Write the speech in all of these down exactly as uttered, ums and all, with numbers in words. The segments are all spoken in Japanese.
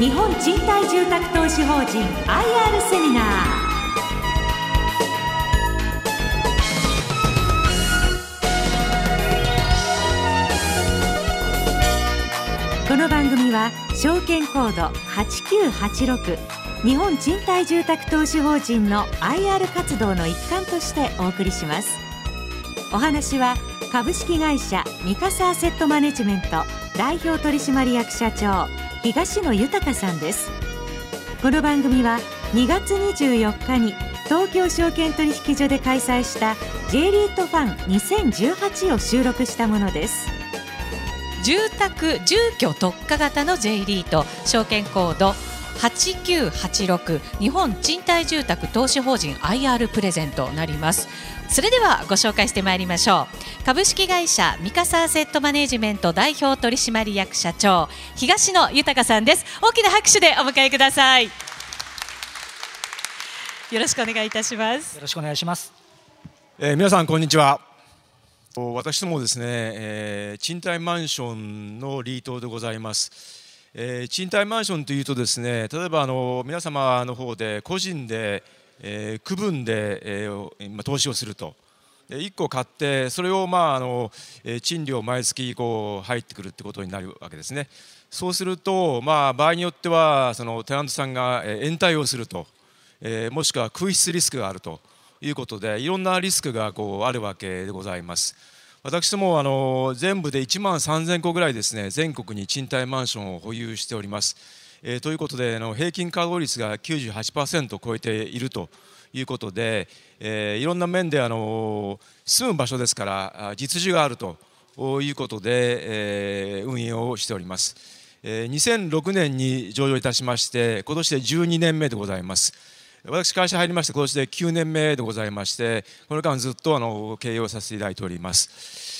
日本賃貸住宅投資法人 アイアール セミナー。この番組は証券コードはちきゅうはちろく日本賃貸住宅投資法人の アイアール 活動の一環としてお送りします。お話は株式会社三笠アセットマネジメント代表取締役社長東野豊さんです。この番組はにがつにじゅうよっかに東京証券取引所で開催した J リートファンにせんじゅうはちを収録したものです。 住宅住居特化型の J リート、証券コードはちきゅうはちろく日本賃貸住宅投資法人 アイアール プレゼントになります。それではご紹介してまいりましょう。株式会社三笠アセットマネジメント代表取締役社長東野豊さんです。大きな拍手でお迎えください。よろしくお願いいたします。 よろしくお願いします。 えー、皆さんこんにちは。私どもですね、えー、賃貸マンションのリートでございます。えー、賃貸マンションというとですね、例えばあの皆様の方で個人で、えー、区分で、えー、投資をすると、いっこ買ってそれを、まあ、あの賃料毎月こう入ってくるってことになるわけですね。そうすると、まあ、場合によってはそのテナントさんが延滞をすると、えー、もしくは空室リスクがあるということで、いろんなリスクがこうあるわけでございます。私どもあの全部でいちまんさんぜんこぐらいですね、全国に賃貸マンションを保有しております。えー、ということであの平均稼働率が きゅうじゅうはちパーセント を超えているということで、えー、いろんな面であの住む場所ですから実需があるということで、えー、運営をしております。えー、にせんろくねんに上場いたしまして、今年でじゅうにねんめでございます。私会社入りまして今年できゅうねんめでございまして、この間ずっとあの経営をさせていただいております。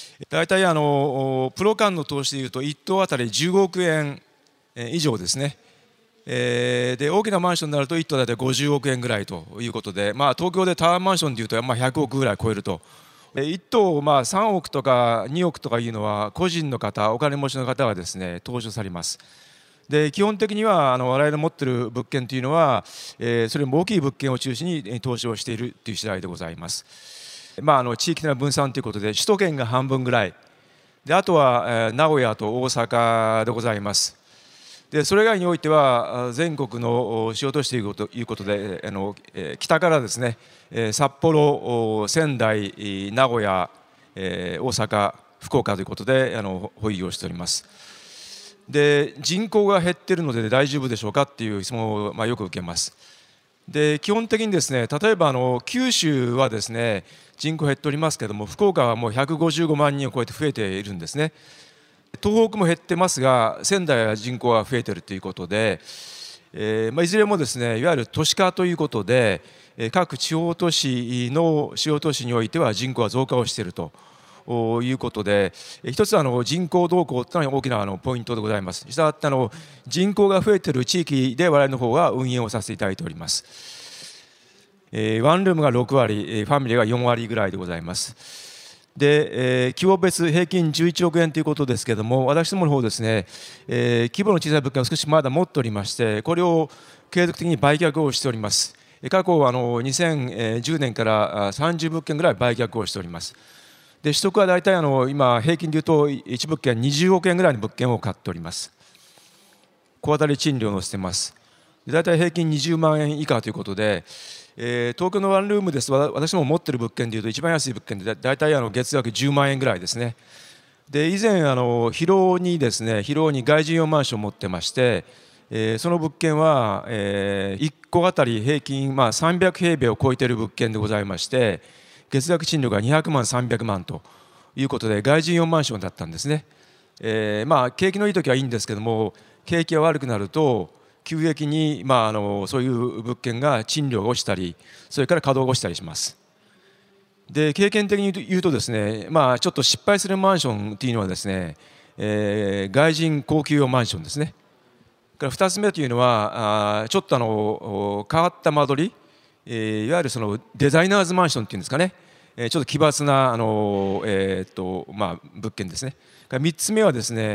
大体あのプロ間の投資でいうといっ棟あたりじゅうごおくえん以上ですね。えー、で大きなマンションになるといっ棟大体ごじゅうおくえんぐらいということで、まあ、東京でタワーマンションでいうとまあひゃくおくぐらい超えると。いっ棟まあさんおくとかにおくとかいうのは個人の方、お金持ちの方がですね投資されます。で基本的にはあの我々の持っている物件というのは、えー、それも大きい物件を中心に投資をしているという次第でございます。まあ、あの地域的な分散ということで首都圏が半分ぐらいで、あとは、えー、名古屋と大阪でございます。でそれ以外においては全国の主要都市ということで、あの、えー、北からですね、えー、札幌、仙台、名古屋、えー、大阪、福岡ということであの保有をしております。で人口が減っているので大丈夫でしょうかっていう質問を、まあ、よく受けます。で基本的にですね、例えばあの九州はですね人口減っておりますけれども、福岡はもうひゃくごじゅうごまんにんを超えて増えているんですね。東北も減ってますが仙台は人口が増えているということで、えーまあ、いずれもですねいわゆる都市化ということで、各地方都市の主要都市においては人口が増加をしているということで、一つあの人口動向というのは大きなあのポイントでございます。したがってあの人口が増えている地域で我々の方が運営をさせていただいております。えー、ワンルームがろくわり、ファミリーがよんわりぐらいでございます。で、えー、規模別平均じゅういちおくえんということですけれども、私どもの方ですね、えー、規模の小さい物件を少しまだ持っておりまして、これを継続的に売却をしております。過去あのにせんじゅうねんからさんじゅうぶっけんぐらい売却をしております。で取得は大体あの今平均でいうといちぶっけんにじゅうおくえんぐらいの物件を買っております。小当たり賃料を載せてます。大体平均にじゅうまんえん以下ということで、えー、東京のワンルームですと私も持っている物件でいうと一番安い物件で大体あの月額じゅうまんえんぐらいですね。で以前あの広尾にですね広尾に外人用マンションを持ってまして、えー、その物件は、えー、いっこあたり平均、まあ、さんびゃくへいべいを超えている物件でございまして、月額賃料がにひゃくまんさんびゃくまんということで外人用マンションだったんですね。えー、まあ景気のいい時はいいんですけども、景気が悪くなると急激に、まあ、あのそういう物件が賃料が落ちたり、それから稼働が落ちたりします。で経験的に言うとですね、まあ、ちょっと失敗するマンションというのはですね、えー、外人高級用マンションですね。からふたつめというのはあちょっとあの変わった間取り、えー、いわゆるそのデザイナーズマンションっていうんですかね、えー、ちょっと奇抜なあの、えーっとまあ、物件ですね。みっつめはですね、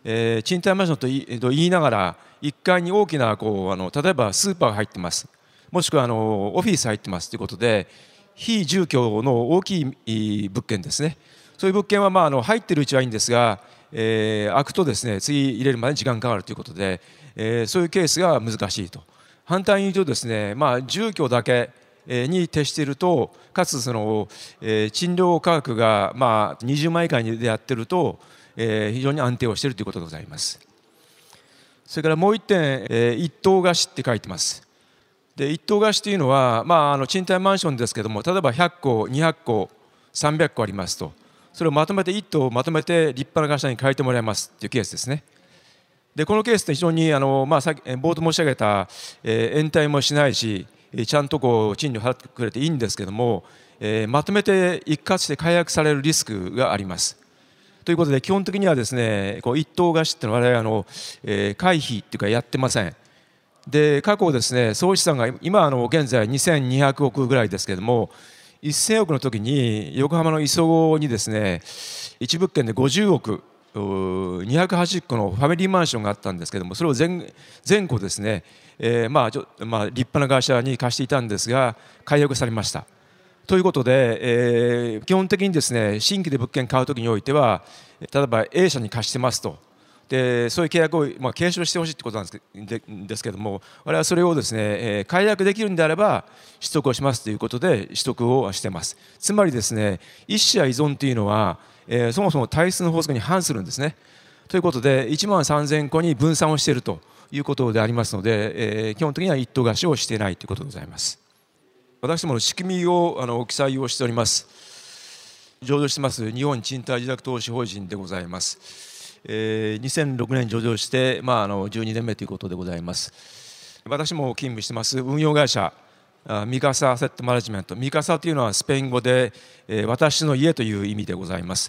えー、賃貸マンションと言い、えー、と言いながらいっかいに大きなこうあの例えばスーパーが入ってます、もしくはあのオフィス入ってますということで、非住居の大きい物件ですね。そういう物件はまああの入っているうちはいいんですが、えー、開くとですね次入れるまでに時間かかるということで、えー、そういうケースが難しいと。反対に言うとですね、まあ、住居だけに徹していると、かつその、えー、賃料価格がまあにじゅうまん以下でやっていると、えー、非常に安定をしているということでございます。それからもう一点、えー、一棟貸しって書いてます。で一棟貸しというのは、まあ、あの賃貸マンションですけども、例えばひゃっこにひゃっこさんびゃっこありますと、それをまとめて一棟をまとめて立派な会社に変えてもらいますというケースですね。でこのケースって非常にあの、まあ、さ冒頭申し上げた、えー、延滞もしないし、ちゃんとこう賃料払ってくれていいんですけども、えー、まとめて一括して解約されるリスクがあります。ということで基本的にはですね、こう一棟貸しっていうのは我々あの、えー、回避っていうかやってません。で過去ですね、総資産が今あの現在にせんにひゃくおくぐらいですけれども、せんおくの時に横浜の磯子にですね、一物件でごじゅうおくにひゃくはちじゅっこのファミリーマンションがあったんですけども、それを 全, 全戸ですね、えーまあちょまあ、立派な会社に貸していたんですが解約されました。ということで、えー、基本的にですね新規で物件買うときにおいては、例えば A 社に貸してますと、でそういう契約を、まあ、継承してほしいということなんですけでですけども、我々はそれをですね、えー、解約できるんであれば取得をしますということで取得をしています。つまりですね、一社依存というのは、えー、そもそも体質の法則に反するんですね。ということでいちまんさんぜんこに分散をしているということでありますので、えー、基本的には一棟貸しをしていないということでございます。私どもの仕組みをあの記載をしております。上場してます日本賃貸住宅投資法人でございます。えー、にせんろくねん上場して、まあ、あのじゅうにねんめということでございます。私も勤務してます運用会社ミカサアセットマネジメント、ミカサというのはスペイン語で、えー、私の家という意味でございます。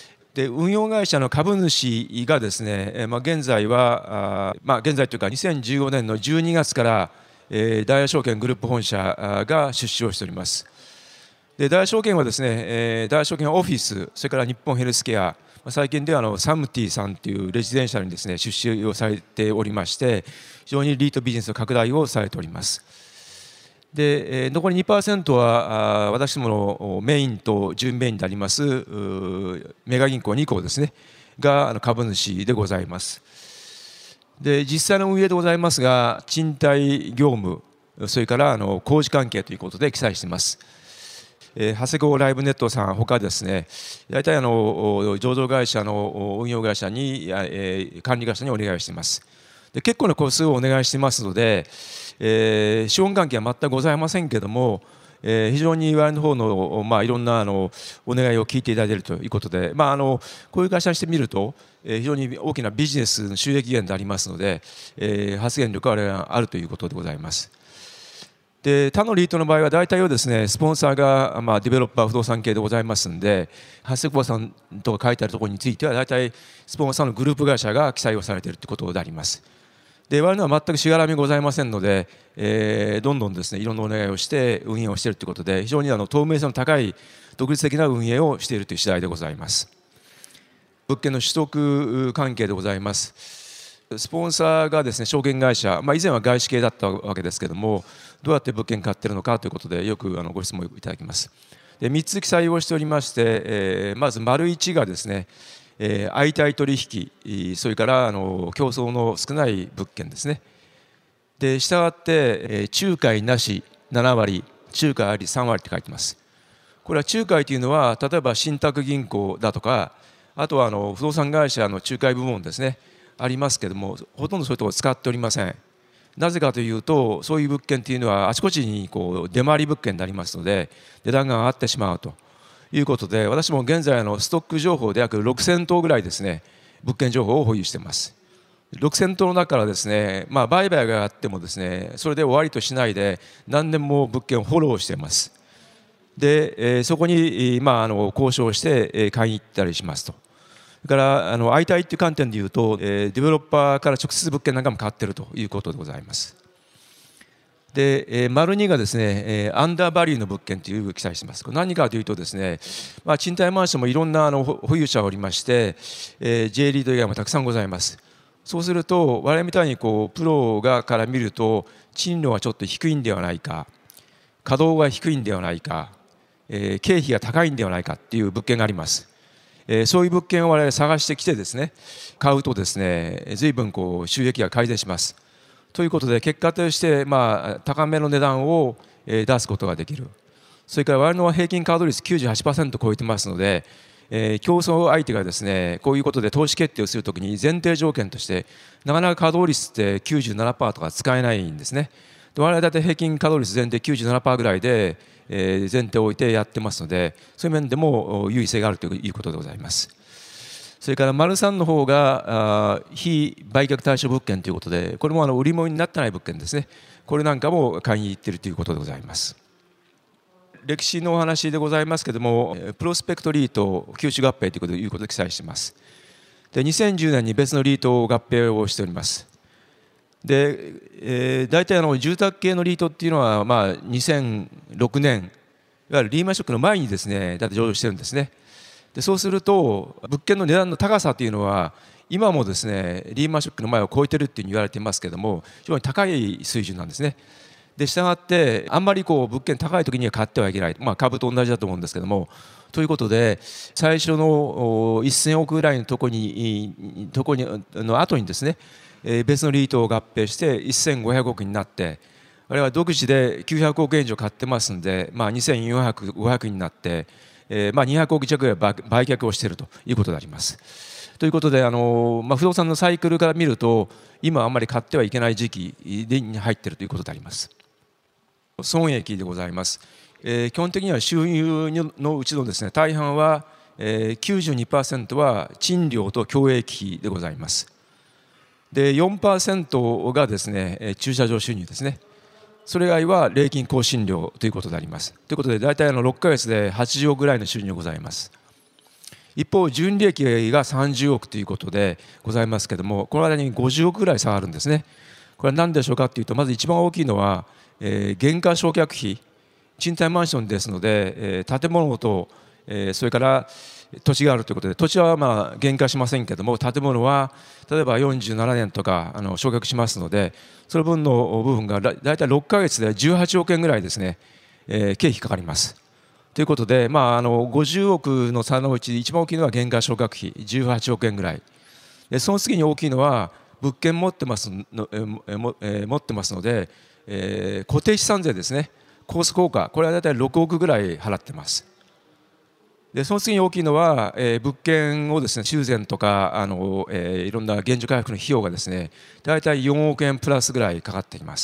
で運用会社の株主がですね、えーまあ、現在はあ、まあ、現在というかにせんじゅうごねんのじゅうにがつから、えー、大和証券グループ本社が出資をしております。で大和証券はですね、えー、大和証券オフィス、それから日本ヘルスケア、最近ではあのサムティさんというレジデンシャルにですね出資をされておりまして、非常にリートビジネスの拡大をされております。で残り にパーセント は私どものメインと準メインでありますメガ銀行にこですねが株主でございます。で実際の運営でございますが、賃貸業務、それからあの工事関係ということで記載しています。えー、長谷川ライブネットさんほかですね、大体あの上場会社の運用会社に、えー、管理会社にお願いしています。で結構な個数をお願いしていますので、えー、資本関係は全くございませんけれども、えー、非常に我々の方の、まあ、いろんなあのお願いを聞いていただいているということで、まあ、あのこういう会社にしてみると、えー、非常に大きなビジネスの収益源でありますので、えー、発言力があるということでございます。で他のリートの場合は大体はですねスポンサーが、まあ、ディベロッパー不動産系でございますので、長谷川さんとか書いてあるところについては大体スポンサーのグループ会社が記載をされているということであります。で我々のは全くしがらみございませんので、えー、どんどんですねいろんなお願いをして運営をしているということで、非常にあの透明性の高い独立的な運営をしているという次第でございます。物件の取得関係でございます。スポンサーがですね証券会社、まあ、以前は外資系だったわけですけれども、どうやって物件買っているのかということでよくあのご質問いただきます。でみっつ記載をしておりまして、えー、まず丸いちがですね、えー、相対取引、それからあの競争の少ない物件ですね。でしたがって、えー、仲介なしななわり、仲介ありさんわりって書いてます。これは仲介というのは例えば信託銀行だとか、あとはあの不動産会社の仲介部門ですねありますけれども、ほとんどそういうところを使っておりません。なぜかというと、そういう物件というのはあちこちにこう出回り物件になりますので値段が上がってしまうということで、私も現在のストック情報で約ろくせんとうぐらいですね物件情報を保有しています。ろくせんとうの中からですね、まあ、売買があってもですねそれで終わりとしないで何年も物件をフォローしています。で、えー、そこに、まあ、あの交渉して買いに行ったりしますと。それからあの相対という観点でいうと、えー、ディベロッパーから直接物件なんかも買っているということでございます。 で、えー、丸にがですね、えー、アンダーバリューの物件という記載しています。これ何かというとですね、まあ、賃貸マンションもいろんなあの保有者がおりまして、えー、J リート以外もたくさんございます。そうすると我々みたいにこうプロがから見ると賃料がちょっと低いんではないか、稼働が低いんではないか、えー、経費が高いんではないかっていう物件があります。えー、そういう物件を我々探してきてですね、買うとですね、随分こう収益が改善します。ということで結果として、まあ、高めの値段を出すことができる。それから我々の平均稼働率 きゅうじゅうはちパーセント 超えてますので、えー、競争相手がですねこういうことで投資決定をするときに前提条件としてなかなか稼働率って きゅうじゅうななパーセント とか使えないんですね。で我々は大体平均稼働率前提 きゅうじゅうななパーセント ぐらいで、えー、前提を置いてやってますので、そういう面でも優位性があるということでございます。それから丸さんの方が非売却対象物件ということで、これもあの売り物になってない物件ですね。これなんかも買いに行っているということでございます。歴史のお話でございますけれども、プロスペクトリート吸収合併ということでいうことで記載しています。でにせんじゅうねんに別のリートを合併をしております。で、えー、大体あの住宅系のリートっていうのは、まあ、にせんろくねんいわゆるリーマンショックの前にですねだいたい上場してるんですね。でそうすると物件の値段の高さというのは今もですねリーマンショックの前を超えてるっていうふうに言われていますけれども、非常に高い水準なんですね。でしたがってあんまりこう物件高い時には買ってはいけない、まあ、株と同じだと思うんですけども、ということで最初のせんおくぐらいのとこにとこにの後にですね別のリートを合併してせんごひゃくおくになって、あれは独自できゅうひゃくおくえん以上買ってますんで、まあ、にせんよんひゃく、ごひゃくになって、えー、まあにひゃくおく弱ぐらい売却をしているということであります。ということであの、まあ、不動産のサイクルから見ると今あんまり買ってはいけない時期に入っているということであります。損益でございます。えー、基本的には収入のうちのですね大半は、えー、きゅうじゅうにパーセント は賃料と共益費でございます。で よんパーセント がですね駐車場収入ですね。それ以外は礼金更新料ということであります。ということで大体あのろっかげつではちじゅうおくぐらいの収入がございます。一方純利益がさんじゅうおくということでございますけれども、この間にごじゅうおくぐらい差があるんですね。これは何でしょうかというと、まず一番大きいのは、えー、原価償却費、賃貸マンションですので、えー、建物と、えー、それから土地があるということで、土地はまあ減価しませんけれども、建物は例えばよんじゅうななねんとかあの償却しますので、その分の部分がだいたいろっかげつでじゅうはちおくえんぐらいですね、えー、経費かかります。ということで、まあ、あのごじゅうおくの差のうち一番大きいのは原価償却費じゅうはちおくえんぐらいで、その次に大きいのは物件持ってますの、えーえー、持ってますので、えー、固定資産税ですね、コース効果、これはだいたいろくおくぐらい払ってます。でその次に大きいのは、えー、物件をですね修繕とかあの、えー、いろんな現状回復の費用がですねだいたいよんおくえんプラスぐらいかかっています。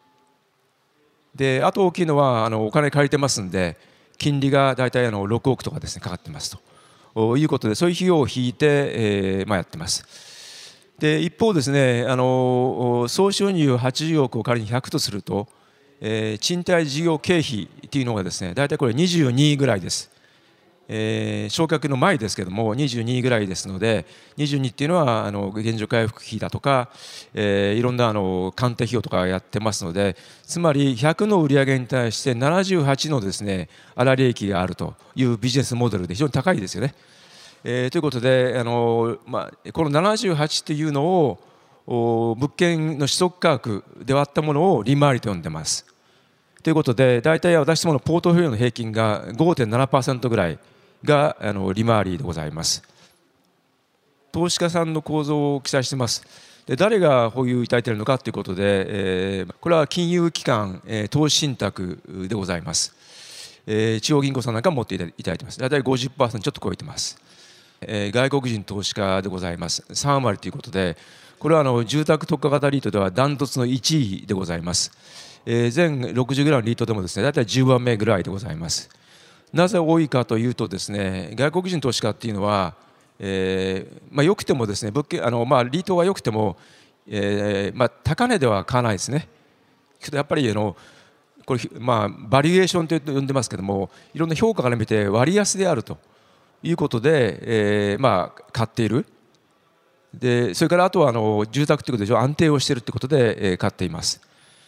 であと大きいのはあのお金借りてますんで金利がだいたいあのろくおくとかですねかかってますということで、そういう費用を引いて、えーまあ、やってます。で一方ですねあの総収入はちじゅうおくを仮にひゃくとすると、えー、賃貸事業経費というのがですねだいたいこれにじゅうにぐらいです。えー、償却の前ですけどもにじゅうにぐらいですので、にじゅうにっていうのはあの現状回復費だとか、えー、いろんなあの鑑定費用とかやってますので、つまりひゃくの売上に対してななじゅうはちのですね粗利益があるというビジネスモデルで非常に高いですよね。えー、ということであの、まあ、このななじゅうはちというのを物件の取得価格で割ったものを利回りと呼んでます。ということで大体私どものポートフォリオの平均が ごてんななパーセント ぐらいがあの利回りでございます。投資家さんの構造を記載しています。で誰が保有いただいているのかということで、えー、これは金融機関、えー、投資信託でございます。えー、地方銀行さんなんかも持っていただいています。大体 ごじゅっパーセント ちょっと超えています。えー、外国人投資家でございます。さんわりということで、これはあの住宅特化型リートではダントツのいちいでございます。えー、全ろくじゅうぐらいのリートでもですね大体じゅうばんめぐらいでございます。なぜ多いかというとですね、外国人投資家っていうのは、えーまあ、良くてもですね物件あの、まあ、リートが良くても、えーまあ、高値では買わないですね。やっぱりあのこれ、まあ、バリエーションと呼んでますけども、いろんな評価から見て割安であるということで、えーまあ、買っている。でそれからあとはあの住宅ということで安定をしているということで、えー、買っています。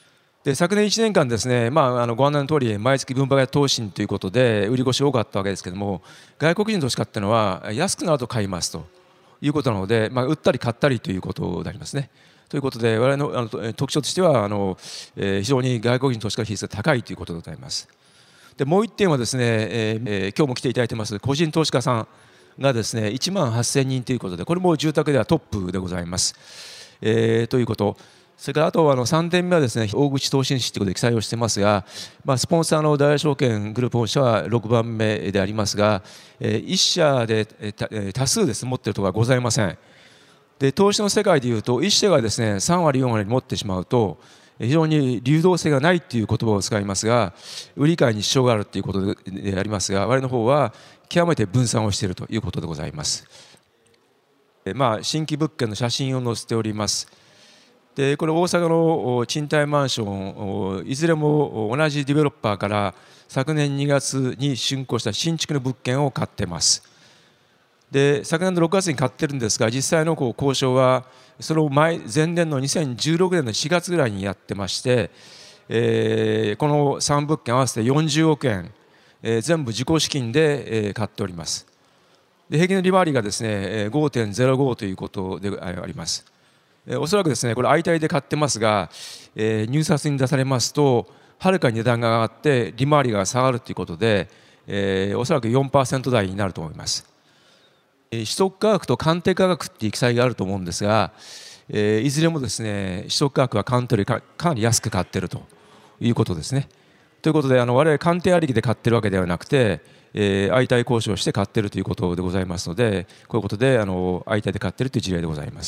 で昨年いちねんかんですね、まあ、あのご案内の通り毎月分配投信ということで売り越し多かったわけですけれども、外国人投資家っていうのは安くなると買いますということなので、まあ、売ったり買ったりということになりますね。ということで我々のあの特徴としてはあの、えー、非常に外国人投資家比率が高いということでございます。でもう一点はですね、えーえー、今日も来ていただいてます個人投資家さんがですねいちまんはっせんにんということで、これも住宅ではトップでございます、えー、ということ。それからあとあのさんてんめはですね大口投資主ということで記載をしていますが、まあ、スポンサーの大和証券グループ本社はろくばんめでありますが、えー、一社で多数です持っているところはございません。で投資の世界でいうと一社がですねさんわりよんわり持ってしまうと非常に流動性がないという言葉を使いますが、売り買いに支障があるということでありますが、我々の方は極めて分散をしているということでございます。まあ、新規物件の写真を載せております。でこれ大阪の賃貸マンションいずれも同じディベロッパーから昨年にがつに竣工した新築の物件を買ってます。で昨年のろくがつに買ってるんですが、実際のこう交渉はその前前年のにせんじゅうろくねんのしがつぐらいにやってまして、えー、このさんぶっけん合わせてよんじゅうおくえん、えー、全部自己資金で、えー、買っております。で平均の利回りがですね ごてんゼロご ということであります。おそらくですねこれ相対で買ってますが、えー、入札に出されますとはるかに値段が上がって利回りが下がるということで、えー、おそらく よんパーセント 台になると思います。えー、取得価格と鑑定価格っていう記載があると思うんですが、えー、いずれもですね取得価格は鑑定より か, かなり安く買っているということですね。ということであの我々鑑定ありきで買ってるわけではなくて、えー、相対交渉して買っているということでございますので、こういうことであの相対で買っているという事例でございます。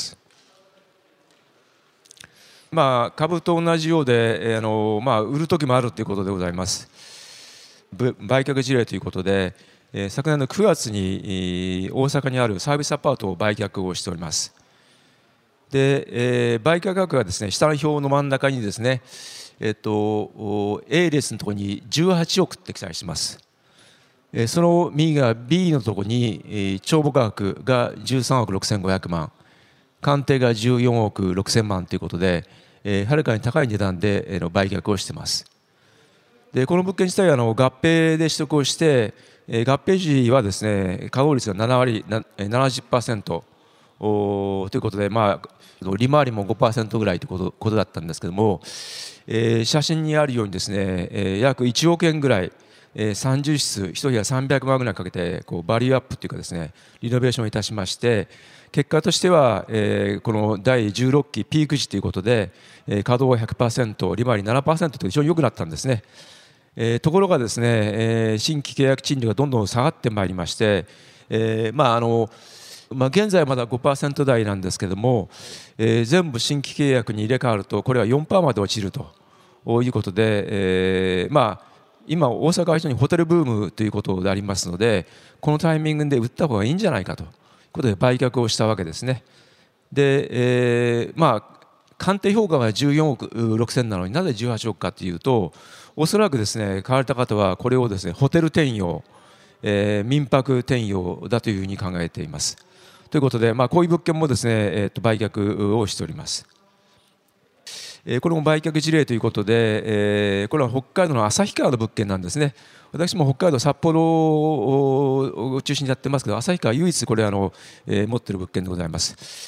まあ、株と同じようで、あのまあ、売る時もあるということでございます。売却事例ということで、昨年のくがつに大阪にあるサービスアパートを売却をしております。で、売却額がですね下の表の真ん中にですね、えっと、A 列のところにじゅうはちおくって記載しています。その右が B のところに帳簿価格がじゅうさんおくろくせんごひゃくまん、鑑定がじゅうよんおくろくせんまんということで、えー、はるかに高い値段で、えー、売却をしています。でこの物件自体はあの合併で取得をして、えー、合併時はですね稼働率がななわりななじゅっパーセントということで、まあ、利回りも ごパーセント ぐらいということ、ことだったんですけども、えー、写真にあるようにですね、えー、約いちおくえんぐらい、えー、さんじゅうしついち部屋さんびゃくまんぐらいかけてこうバリューアップというかですねリノベーションいたしまして、結果としては、えー、このだいじゅうろっきピーク時ということで、えー、稼働は ひゃくパーセント 利回り ななパーセント と非常に良くなったんですね。えー、ところがですね、えー、新規契約賃料がどんどん下がってまいりまして、えーまああのまあ、現在はまだ ごパーセント 台なんですけども、えー、全部新規契約に入れ替わるとこれは よんパーセント まで落ちるということで、えー、まあ今大阪は非常にホテルブームということでありますので、このタイミングで売った方がいいんじゃないかということで売却をしたわけですね。で、えー、まあ鑑定評価がじゅうよんおくろくせんなのになぜじゅうはちおくかというと、おそらくですね買われた方はこれをですねホテル転用、えー、民泊転用だというふうに考えています。ということで、まあ、こういう物件もですね、えー、と売却をしております。えー、これも売却事例ということで、えー、これは北海道の旭川の物件なんですね。私も北海道札幌を中心にやってますけど、旭川唯一これあの、えー、持っている物件でございます。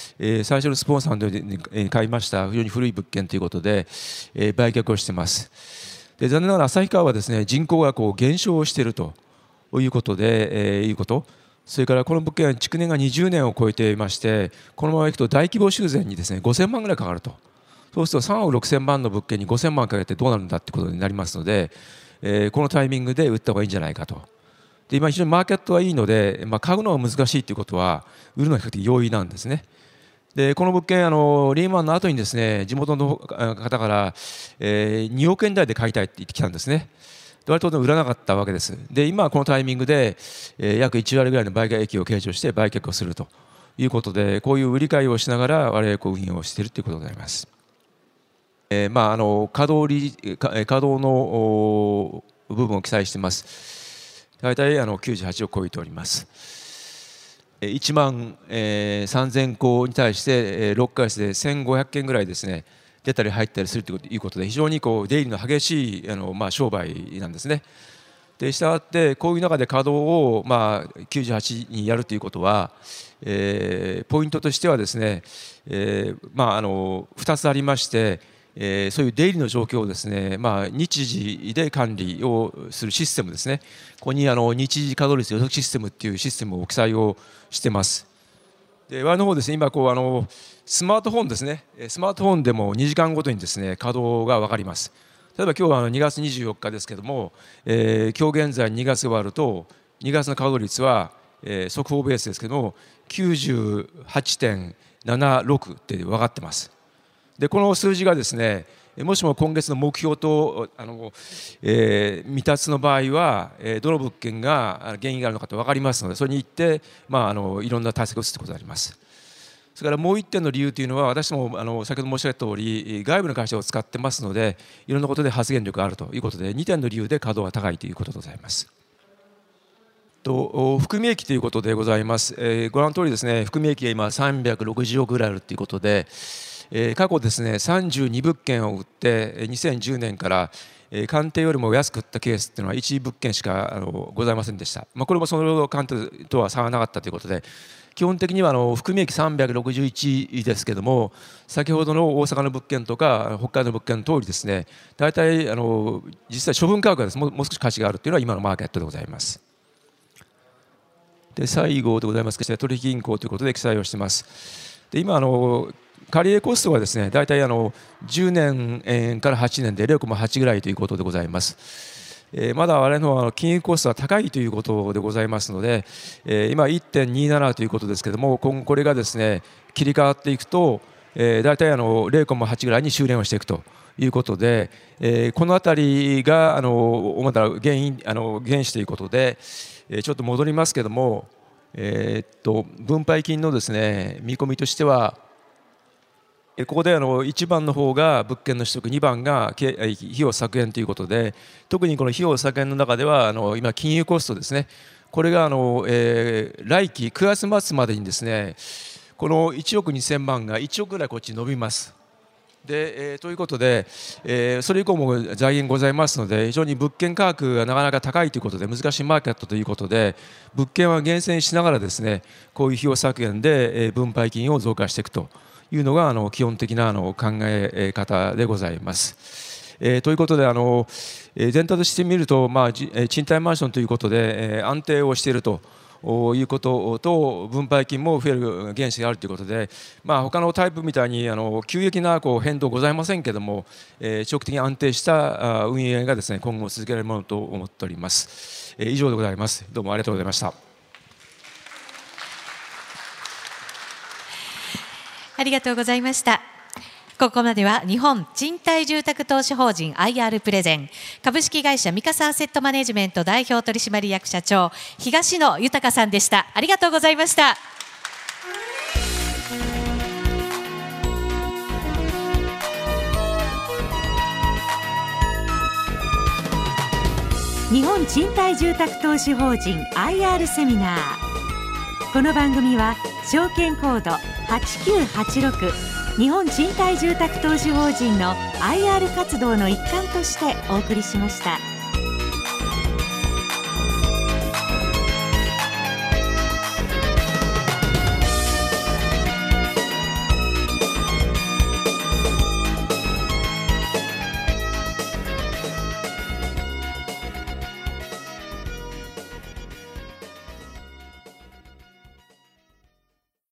えー、最初のスポンサーで買いました非常に古い物件ということで、えー、売却をしています。で残念ながら旭川はですね人口がこう減少しているということで、えー、いうことそれからこの物件は築年がにじゅうねんを超えていまして、このままいくと大規模修繕にですねごせんまんぐらいかかると。そうするとさんおくろくせんまんの物件にごせんまんかけてどうなるんだってことになりますので、えー、このタイミングで売った方がいいんじゃないかと。で今非常にマーケットはいいので、まあ、買うのが難しいということは売るのが比較的容易なんですね。でこの物件あのリーマンの後にですね地元の方から、えー、におくえん台で買いたいって言ってきたんですね。割と売らなかったわけです。で今はこのタイミングで、えー、約いちわりぐらいの売買益を計上して売却をするということで、こういう売り買いをしながら我々こう運用をしているということでございます。えーまあ、あの稼働利稼働の部分を記載しています。大体あのきゅうじゅうはちを超えております。いちまんさんぜんこに対してろっかげつでせんごひゃっけんぐらいですね出たり入ったりするということで非常にこう出入りの激しいあの、まあ、商売なんですね。でしたがってこういう中で稼働を、まあ、きゅうじゅうはちにやるということは、えー、ポイントとしてはですね、えーまあ、あのふたつありまして、えー、そういう出入りの状況をですね、まあ、日時で管理をするシステムですね。ここにあの日時稼働率予測システムっていうシステムを記載をしてます。で我々の方ですね、今こうあのスマートフォンですね、スマートフォンでもにじかんごとにですね稼働が分かります。例えば今日はあのにがつにじゅうよっかですけども、えー、今日現在にがつが終わるとにがつの稼働率は、えー、速報ベースですけども きゅうじゅうはちてんななろく って分かってます。でこの数字がですねもしも今月の目標とあの、えー、未達の場合は、えー、どの物件が原因があるのかと分かりますのでそれに行って、まあ、あのいろんな対策をすることがあります。それからもう一点の理由というのは私もあの先ほど申し上げた通り外部の会社を使ってますのでいろんなことで発言力があるということでにてんの理由で稼働が高いということでございます。と含み益ということでございます。えー、ご覧の通りですね含み益が今さんびゃくろくじゅうおくぐらいあるということで、えー、過去ですねさんじゅうにぶっけんを売ってにせんじゅうねんから鑑定よりも安く売ったケースというのはいちぶっけんしかあのございませんでした。まあ、これもその鑑定とは差がなかったということで基本的にはあの含み益さんびゃくろくじゅういちですけども先ほどの大阪の物件とか北海道の物件の通りですね大体あの実際処分価格がですもう少し価値があるというのは今のマーケットでございます。で最後でございますけど取引銀行ということで記載をしています。で今あの借入コストがですね大体あのじゅうねんからはちねんで ゼロコンマはち ぐらいということでございます。えー、まだ我々の金融コストは高いということでございますので、えー、今 いってんになな ということですけれども今後これがですね切り替わっていくと、えー、大体あの ゼロコンマはち ぐらいに修練をしていくということで、えー、このあたりがあの主な原因あの原資ということで、えー、ちょっと戻りますけれども、えー、っと分配金のですね見込みとしてはここであのいちばんの方が物件の取得にばんが費用削減ということで特にこの費用削減の中ではあの今金融コストですねこれがあの、えー、来期くがつ末までにですねこのいちおくにせんまんがいちおくぐらいこっちに伸びます。で、えー、ということで、えー、それ以降も財源ございますので非常に物件価格がなかなか高いということで難しいマーケットということで物件は厳選しながらですねこういう費用削減で、えー、分配金を増加していくというのがあの基本的なあの考え方でございます。えー、ということであの、えー、全体として見ると、まあ、賃貸マンションということで、えー、安定をしているということと分配金も増える原資があるということで、まあ、他のタイプみたいにあの急激なこう変動ございませんけれども、えー、長期的に安定した運営がですね今後続けられるものと思っております。えー、以上でございます。どうもありがとうございました。 ありがとうございました。ここまでは日本賃貸住宅投資法人 アイアール プレゼン株式会社三笠アセットマネジメント代表取締役社長東野豊さんでした。ありがとうございました。 日本賃貸住宅投資法人 アイアール セミナー。この番組は証券コードはちきゅうはちろく日本賃貸住宅投資法人の アイアール 活動の一環としてお送りしました。